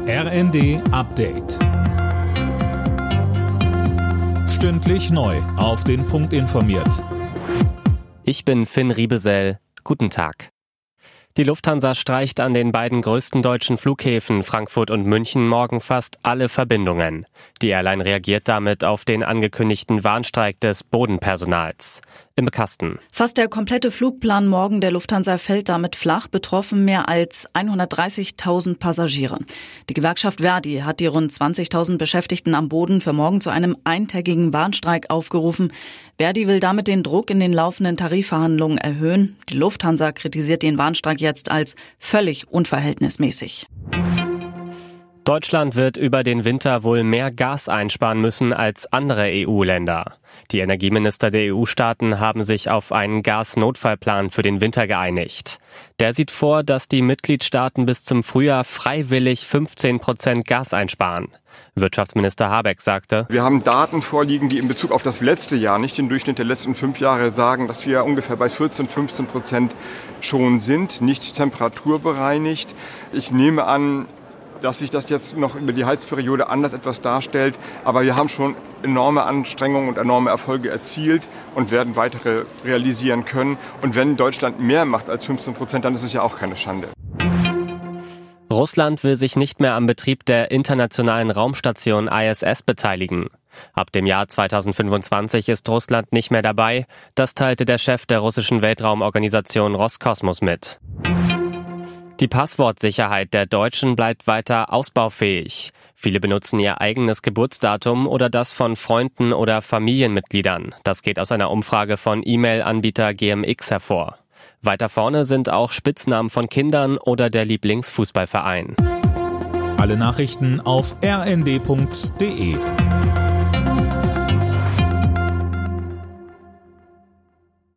RND Update. Stündlich neu auf den Punkt informiert. Ich bin Finn Riebesell. Guten Tag. Die Lufthansa streicht an den beiden größten deutschen Flughäfen Frankfurt und München morgen fast alle Verbindungen. Die Airline reagiert damit auf den angekündigten Warnstreik des Bodenpersonals. Im Kasten. Fast der komplette Flugplan morgen der Lufthansa fällt damit flach, betroffen mehr als 130.000 Passagiere. Die Gewerkschaft ver.di hat die rund 20.000 Beschäftigten am Boden für morgen zu einem eintägigen Warnstreik aufgerufen. ver.di will damit den Druck in den laufenden Tarifverhandlungen erhöhen. Die Lufthansa kritisiert den Warnstreik jetzt als völlig unverhältnismäßig. Deutschland wird über den Winter wohl mehr Gas einsparen müssen als andere EU-Länder. Die Energieminister der EU-Staaten haben sich auf einen Gasnotfallplan für den Winter geeinigt. Der sieht vor, dass die Mitgliedstaaten bis zum Frühjahr freiwillig 15% Gas einsparen. Wirtschaftsminister Habeck sagte: Wir haben Daten vorliegen, die in Bezug auf das letzte Jahr, nicht den Durchschnitt der letzten 5 Jahre, sagen, dass wir ungefähr bei 14-15% schon sind, nicht temperaturbereinigt. Ich nehme an, dass sich das jetzt noch über die Heizperiode anders etwas darstellt. Aber wir haben schon enorme Anstrengungen und enorme Erfolge erzielt und werden weitere realisieren können. Und wenn Deutschland mehr macht als 15%, dann ist es ja auch keine Schande. Russland will sich nicht mehr am Betrieb der internationalen Raumstation ISS beteiligen. Ab dem Jahr 2025 ist Russland nicht mehr dabei. Das teilte der Chef der russischen Weltraumorganisation Roskosmos mit. Die Passwortsicherheit der Deutschen bleibt weiter ausbaufähig. Viele benutzen ihr eigenes Geburtsdatum oder das von Freunden oder Familienmitgliedern. Das geht aus einer Umfrage von E-Mail-Anbieter GMX hervor. Weiter vorne sind auch Spitznamen von Kindern oder der Lieblingsfußballverein. Alle Nachrichten auf rnd.de.